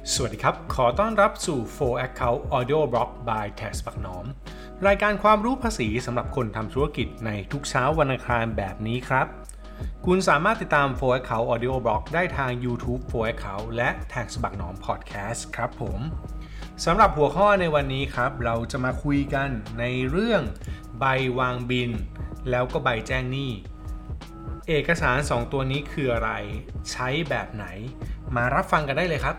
สวัสดีครับขอต้อนรับสู่ 4 Account Audio Blog by Tax ปักหนอมรายการความรู้ภาษีสำหรับคนทำธุรกิจในทุกเช้าวันอังคารแบบนี้ครับคุณสามารถติดตาม 4 Account Audio Blog ได้ทาง YouTube 4 Account และ Tax ปักหนอม Podcast ครับผมสำหรับหัวข้อในวันนี้ครับเราจะมาคุยกันในเรื่องใบวางบินแล้วก็ใบแจ้งหนี้เอกสาร2ตัวนี้คืออะไรใช้แบบไหนมารับฟังกันได้เลยครับ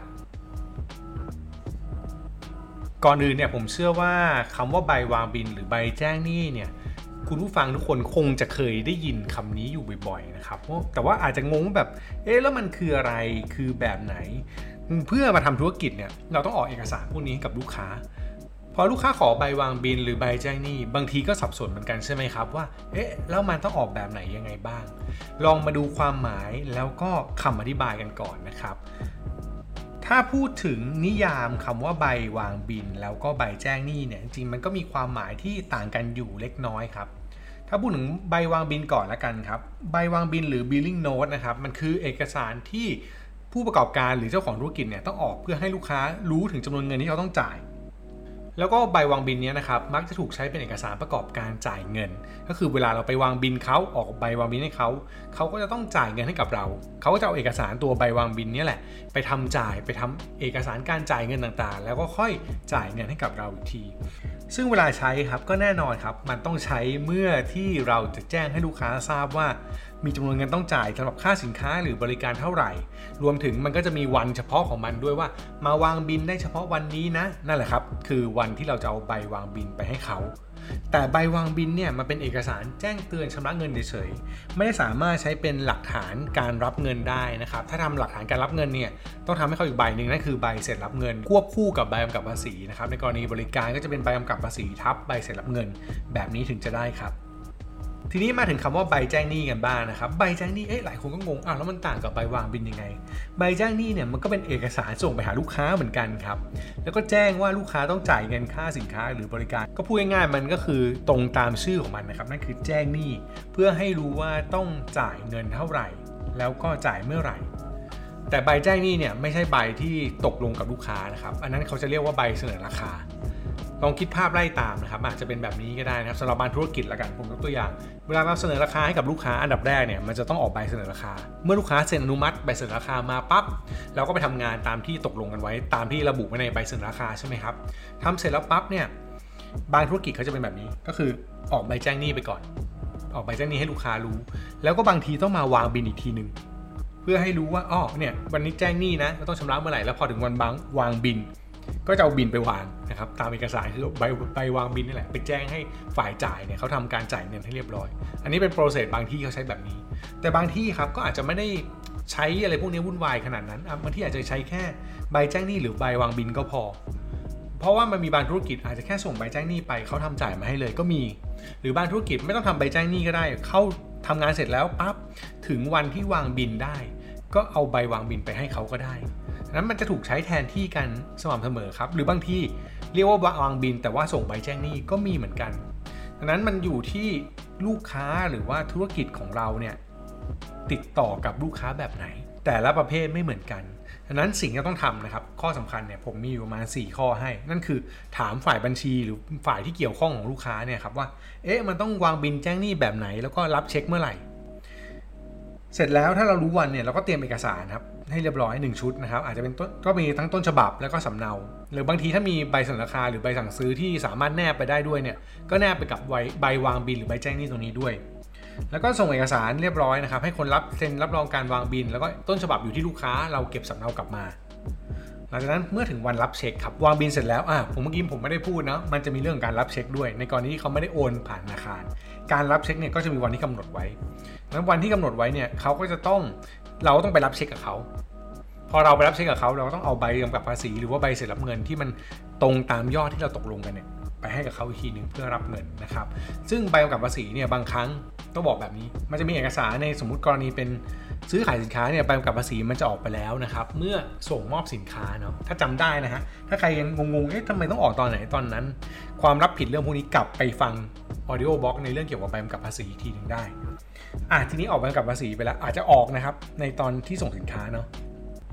ก่อนอื่นเนี่ยผมเชื่อว่าคำว่าใบวางบินหรือใบแจ้งหนี้เนี่ยคุณผู้ฟังทุกคนคงจะเคยได้ยินคำนี้อยู่บ่อยๆนะครับแต่ว่าอาจจะงงแบบแล้วมันคืออะไรคือแบบไหนเพื่อมาทำธุรกิจเนี่ยเราต้องออกเอกสารพวกนี้กับลูกค้าพอลูกค้าขอใบวางบินหรือใบแจ้งหนี้บางทีก็สับสนเหมือนกันใช่ไหมครับว่าแล้วมันต้องออกแบบไหนยังไงบ้างลองมาดูความหมายแล้วก็คำอธิบายกันก่อนนะครับถ้าพูดถึงนิยามคำว่าใบวางบินแล้วก็ใบแจ้งหนี้เนี่ยจริงๆมันก็มีความหมายที่ต่างกันอยู่เล็กน้อยครับถ้าพูดถึงใบวางบินก่อนละกันครับใบวางบินหรือ billing note นะครับมันคือเอกสารที่ผู้ประกอบการหรือเจ้าของธุรกิจเนี่ยต้องออกเพื่อให้ลูกค้ารู้ถึงจำนวนเงินที่เขาต้องจ่ายแล้วก็ใบวางบินนี้นะครับมักจะถูกใช้เป็นเอกสารประกอบการจ่ายเงินก็คือเวลาเราไปวางบินเขาออกใบวางบินให้เขาก็จะต้องจ่ายเงินให้กับเราเขาก็จะเอาเอกสารตัวใบวางบินนี้แหละไปทำเอกสารการจ่ายเงินต่างๆแล้วก็ค่อยจ่ายเงินให้กับเราอีกทีซึ่งเวลาใช้ครับก็แน่นอนครับมันต้องใช้เมื่อที่เราจะแจ้งให้ลูกค้าทราบว่ามีจำนวนเงินต้องจ่ายสำหรับค่าสินค้าหรือบริการเท่าไหร่รวมถึงมันก็จะมีวันเฉพาะของมันด้วยว่ามาวางบินได้เฉพาะวันนี้นะนั่นแหละครับคือวันที่เราจะเอาใบวางบินไปให้เขาแต่ใบวางบินเนี่ยมันเป็นเอกสารแจ้งเตือนชำระเงินเฉยๆไม่ได้สามารถใช้เป็นหลักฐานการรับเงินได้นะครับถ้าทำหลักฐานการรับเงินเนี่ยต้องทำให้เขาอีกใบหนึ่งนั่นคือใบเสร็จรับเงินควบคู่กับใบกำกับภาษีนะครับในกรณีบริการก็จะเป็นใบกำกับภาษีทับใบเสร็จรับเงินแบบนี้ถึงจะได้ครับทีนี้มาถึงคำว่าใบแจ้งหนี้กันบ้างนะครับใบแจ้งหนี้หลายคนก็งงแล้วมันต่างกับใบวางบินยังไงใบแจ้งหนี้เนี่ยมันก็เป็นเอกสารส่งไปหาลูกค้าเหมือนกันครับแล้วก็แจ้งว่าลูกค้าต้องจ่ายเงินค่าสินค้าหรือบริการก็พูดง่ายๆมันก็คือตรงตามชื่อของมันนะครับนั่นคือแจ้งหนี้เพื่อให้รู้ว่าต้องจ่ายเงินเท่าไหร่แล้วก็จ่ายเมื่อไหร่แต่ใบแจ้งหนี้เนี่ยไม่ใช่ใบที่ตกลงกับลูกค้านะครับอันนั้นเขาจะเรียกว่าใบเสนอราคาลองคิดภาพไล่ตามนะครับอาจจะเป็นแบบนี้ก็ได้นะครับสำหรับบางธุรกิจละกันผมยกตัวอย่างเวลาเราเสนอราคาให้กับลูกค้าอันดับแรกเนี่ยมันจะต้องออกใบเสนอราคาเมื่อลูกค้าเซ็นอนุมัติใบเสนอราคามาปั๊บเราก็ไปทำงานตามที่ตกลงกันไว้ตามที่ระบุไว้ในใบเสนอราคาใช่ไหมครับทำเสร็จแล้วปั๊บเนี่ยบางธุรกิจเขาจะเป็นแบบนี้ก็คือออกใบแจ้งหนี้ไปก่อนออกใบแจ้งหนี้ให้ลูกค้ารู้แล้วก็บางทีต้องมาวางบินอีกทีนึงเพื่อให้รู้ว่าเนี่ยวันนี้แจ้งหนี้นะต้องชำระเมื่อไหร่แล้วพอถึงวันวางบินก็จะเอาบินไปวางนะครับตามเอกสารคือใบวางบินนี่แหละไปแจ้งให้ฝ่ายจ่ายเนี่ยเขาทำการจ่ายเงินให้เรียบร้อยอันนี้เป็นโปรเซสบางที่เขาใช้แบบนี้แต่บางที่ครับก็อาจจะไม่ได้ใช้อะไรพวกนี้วุ่นวายขนาดนั้นบางที่อาจจะใช้แค่ใบแจ้งหนี้หรือใบวางบินก็พอเพราะว่ามันมีบางธุรกิจอาจจะแค่ส่งใบแจ้งหนี้ไปเขาทำจ่ายมาให้เลยก็มีหรือบางธุรกิจไม่ต้องทำใบแจ้งหนี้ก็ได้เข้าทำงานเสร็จแล้วปั๊บถึงวันที่วางบินได้ก็เอาใบวางบินไปให้เขาก็ได้นั้นมันจะถูกใช้แทนที่กันสม่ำเสมอครับหรือบางที่เรียกว่าวางบินแต่ว่าส่งใบแจ้งหนี้ก็มีเหมือนกันดังนั้นมันอยู่ที่ลูกค้าหรือว่าธุรกิจของเราเนี่ยติดต่อกับลูกค้าแบบไหนแต่ละประเภทไม่เหมือนกันดังนั้นสิ่งที่ต้องทำนะครับข้อสำคัญเนี่ยผมมีอยู่ประมาณ4ข้อให้นั่นคือถามฝ่ายบัญชีหรือฝ่ายที่เกี่ยวข้องของลูกค้าเนี่ยครับว่ามันต้องวางบินแจ้งหนี้แบบไหนแล้วก็รับเช็คเมื่อไหร่เสร็จแล้วถ้าเรารู้วันเนี่ยเราก็เตรียมเอกสารครับให้เรียบร้อย1ชุดนะครับอาจจะเป็นก็มีทั้งต้นฉบับแล้วก็สำเนาหรือบางทีถ้ามีใบเสนอราคาหรือใบสั่งซื้อที่สามารถแนบไปได้ด้วยเนี่ยก็แนบไปกับใบวางบินหรือใบแจ้งหนี้ตรงนี้ด้วยแล้วก็ส่งเอกสารเรียบร้อยนะครับให้คนรับเซ็นรับรองการวางบินแล้วก็ต้นฉบับอยู่ที่ลูกค้าเราเก็บสำเนากลับมาหลังจากนั้นเมื่อถึงวันรับเช็คครับวางบินเสร็จแล้วเมื่อกี้ผมไม่ได้พูดนะมันจะมีเรื่องการรับเช็คด้วยในกรณีที่เขาไม่ได้โอนผ่านธนาคารการรับเช็คเนี่ยก็จะมีวันที่กำหนดไว้แล้ววันที่กำหนดไว้เนี่ยเราก็ต้องไปรับเช็คกับเขาพอเราไปรับเช็คกับเขาเราก็ต้องเอาใบกำกับภาษีหรือว่าใบเสร็จรับเงินที่มันตรงตามยอดที่เราตกลงกันเนี่ยไปให้กับเขาอีกทีนึงเพื่อรับเงินนะครับซึ่งใบกำกับภาษีเนี่ยบางครั้งต้องบอกแบบนี้มันจะมีเอกสารในสมมุติกรณีเป็นซื้อขายสินค้าเนี่ยใบกำกับภาษีมันจะออกไปแล้วนะครับเมื่อส่งมอบสินค้าเนาะถ้าจำได้นะฮะถ้าใครยังงงทำไมต้องออกตอนไหนตอนนั้นความรับผิดเรื่องพวกนี้กลับไปฟัง Audio Blog ในเรื่องเกี่ยวกับใบกำกับภาษีอีกทีนึงได้ทีนี้ออกใบกำกับภาษีไปแล้วอาจจะออกนะครับในตอนที่ส่งสินค้าเนาะ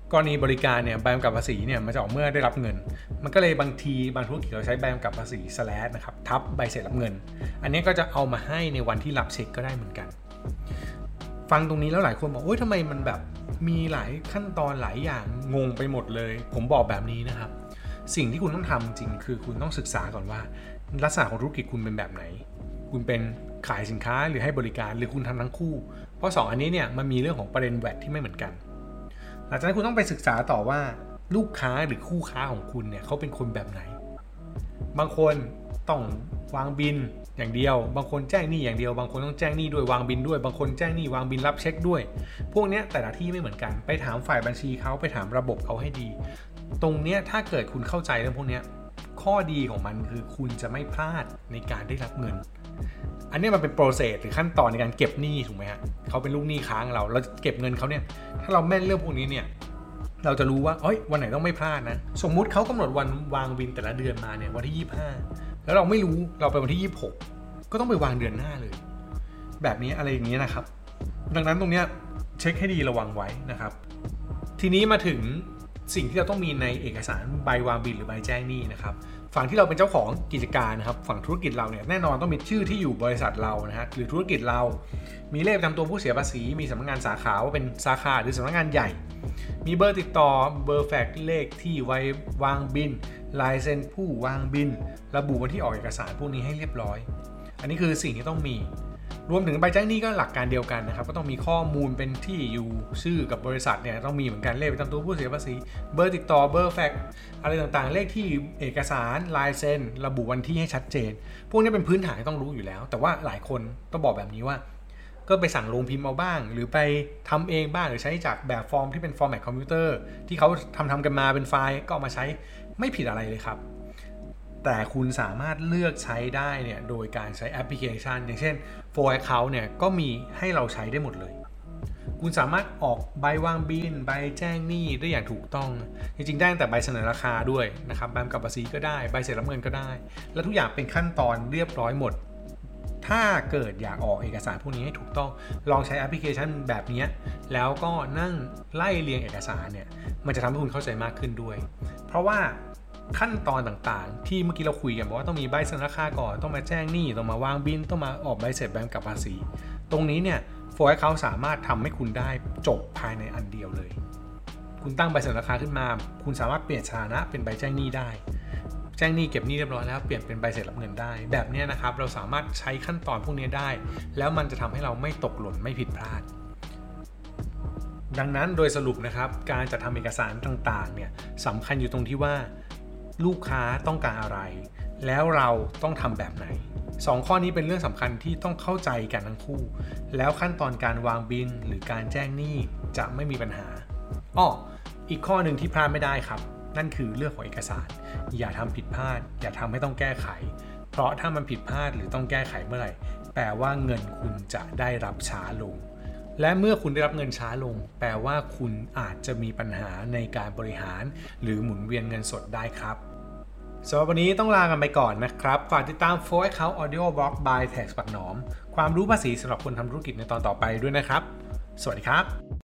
กรณีบริการเนี่ยใบกำกับภาษีเนี่ยมันจะออกเมื่อได้รับเงินมันก็เลยบางทีบางธุรกิจเราใช้ใบกำกับภาษี/นะครับทับใบเสร็จรับเงินอันนี้ก็จะเอามาให้ในวันที่รับเช็คก็ได้เหมือนกันฟังตรงนี้แล้วหลายคนบอกโอ๊ยทำไมมันแบบมีหลายขั้นตอนหลายอย่างงงไปหมดเลยผมบอกแบบนี้นะครับสิ่งที่คุณต้องทำจริงคือคุณต้องศึกษาก่อนว่าลักษณะของธุรกิจคุณเป็นแบบไหนคุณเป็นขายสินค้าหรือให้บริการหรือคุณทำทั้งคู่เพราะ2อันนี้เนี่ยมันมีเรื่องของประเด็นแวดที่ไม่เหมือนกันหลังจากนั้นคุณต้องไปศึกษาต่อว่าลูกค้าหรือคู่ค้าของคุณเนี่ยเขาเป็นคนแบบไหนบางคนต้องวางบินอย่างเดียวบางคนแจ้งหนี้อย่างเดียวบางคนต้องแจ้งหนี้ด้วยวางบินด้วยบางคนแจ้งหนี้วางบินรับเช็คด้วยพวกนี้แต่ละที่ไม่เหมือนกันไปถามฝ่ายบัญชีเขาไปถามระบบเขาให้ดีตรงนี้ถ้าเกิดคุณเข้าใจเรื่องพวกนี้ข้อดีของมันคือคุณจะไม่พลาดในการได้รับเงินอันนี้มันเป็นโปรเซสหรือขั้นตอนในการเก็บหนี้ถูกไหมฮะเขาเป็นลูกหนี้ค้างเราเก็บเงินเขาเนี่ยถ้าเราแม่นเรื่องพวกนี้เนี่ยเราจะรู้ว่าวันไหนต้องไม่พลาดนะสมมุติเขากำหนดวันวางบินแต่ละเดือนมาเนี่ยวันที่25แล้วเราไม่รู้เราไปวันที่26ก็ต้องไปวางเดือนหน้าเลยแบบนี้อะไรอย่างนี้นะครับดังนั้นตรงนี้เช็คให้ดีระวังไว้นะครับทีนี้มาถึงสิ่งที่เราต้องมีในเอกสารใบวางบินหรือใบแจ้งหนี้นะครับฝั่งที่เราเป็นเจ้าของกิจการนะครับฝั่งธุรกิจเราเนี่ยแน่นอนต้องมีชื่อที่อยู่บริษัทเรานะฮะหรือธุรกิจเรามีเลขประจำตัวผู้เสียภาษีมีสำนักงานสาขาว่าเป็นสาขาหรือสำนักงานใหญ่มีเบอร์ติดต่อเบอร์แฟกซ์เลขที่ไว้วางบินลายเซ็นผู้วางบินระบุวันที่ออกเอกสารพวกนี้ให้เรียบร้อยอันนี้คือสิ่งที่ต้องมีรวมถึงใบแจ้งหนี้ก็หลักการเดียวกันนะครับก็ต้องมีข้อมูลเป็นที่อยู่ชื่อกับบริษัทเนี่ยต้องมีเหมือนกันเลขประจำตัวผู้เสียภาษีเบอร์ติดต่อเบอร์แฟกซ์อะไรต่างๆเลขที่เอกสารลายเซ็นระบุวันที่ให้ชัดเจนพวกนี้เป็นพื้นฐานที่ต้องรู้อยู่แล้วแต่ว่าหลายคนต้องบอกแบบนี้ว่าก็ไปสั่งลงพิมพ์เอาบ้างหรือไปทำเองบ้างหรือใช้จากแบบฟอร์มที่เป็นฟอร์แมตคอมพิวเตอร์ที่เขาทำกันมาเป็นไฟล์ก็เอามาใช้ไม่ผิดอะไรเลยครับแต่คุณสามารถเลือกใช้ได้เนี่ยโดยการใช้แอปพลิเคชันอย่างเช่น For Account เนี่ยก็มีให้เราใช้ได้หมดเลยคุณสามารถออกใบวางบินใบแจ้งหนี้ได้อย่างถูกต้องจริงๆได้ตั้งแต่ใบเสนอราคาด้วยนะครับใบกำกับภาษีก็ได้ใบเสร็จรับเงินก็ได้และทุกอย่างเป็นขั้นตอนเรียบร้อยหมดถ้าเกิดอยากออกเอกสารพวกนี้ให้ถูกต้องลองใช้แอปพลิเคชันแบบนี้แล้วก็นั่งไล่เรียงเอกสารเนี่ยมันจะทำให้คุณเข้าใจมากขึ้นด้วยเพราะว่าขั้นตอนต่างๆที่เมื่อกี้เราคุยกันบอกว่าต้องมีใบเสนอราคาก่อนต้องมาแจ้งหนี้ต้องมาวางบินต้องมาออกใบเสร็จใบกำกับภาษีตรงนี้เนี่ยFor Account สามารถทำให้คุณได้จบภายในอันเดียวเลยคุณตั้งใบเสนอราคาขึ้นมาคุณสามารถเปลี่ยนสถานะเป็นใบแจ้งหนี้ได้แจ้งหนี้เก็บหนี้เรียบร้อยแล้วเปลี่ยนเป็นใบเสร็จรับเงินได้แบบนี้นะครับเราสามารถใช้ขั้นตอนพวกนี้ได้แล้วมันจะทำให้เราไม่ตกหล่นไม่ผิดพลาดดังนั้นโดยสรุปนะครับการจัดทำเอกสารต่างๆเนี่ยสำคัญอยู่ตรงที่ว่าลูกค้าต้องการอะไรแล้วเราต้องทำแบบไหน2ข้อนี้เป็นเรื่องสำคัญที่ต้องเข้าใจกันทั้งคู่แล้วขั้นตอนการวางบินหรือการแจ้งหนี้จะไม่มีปัญหาอีกข้อหนึ่งที่พลาดไม่ได้ครับนั่นคือเรื่องของเอกสารอย่าทำผิดพลาดอย่าทำให้ต้องแก้ไขเพราะถ้ามันผิดพลาดหรือต้องแก้ไขเมื่อไหร่แปลว่าเงินคุณจะได้รับช้าลงและเมื่อคุณได้รับเงินช้าลงแปลว่าคุณอาจจะมีปัญหาในการบริหารหรือหมุนเวียนเงินสดได้ครับสำหรับวันนี้ต้องลากันไปก่อนนะครับฝากติดตาม For Account Audio Blog by Tax ปักหนอมความรู้ภาษีสำหรับคนทำธุรกิจในตอนต่อไปด้วยนะครับสวัสดีครับ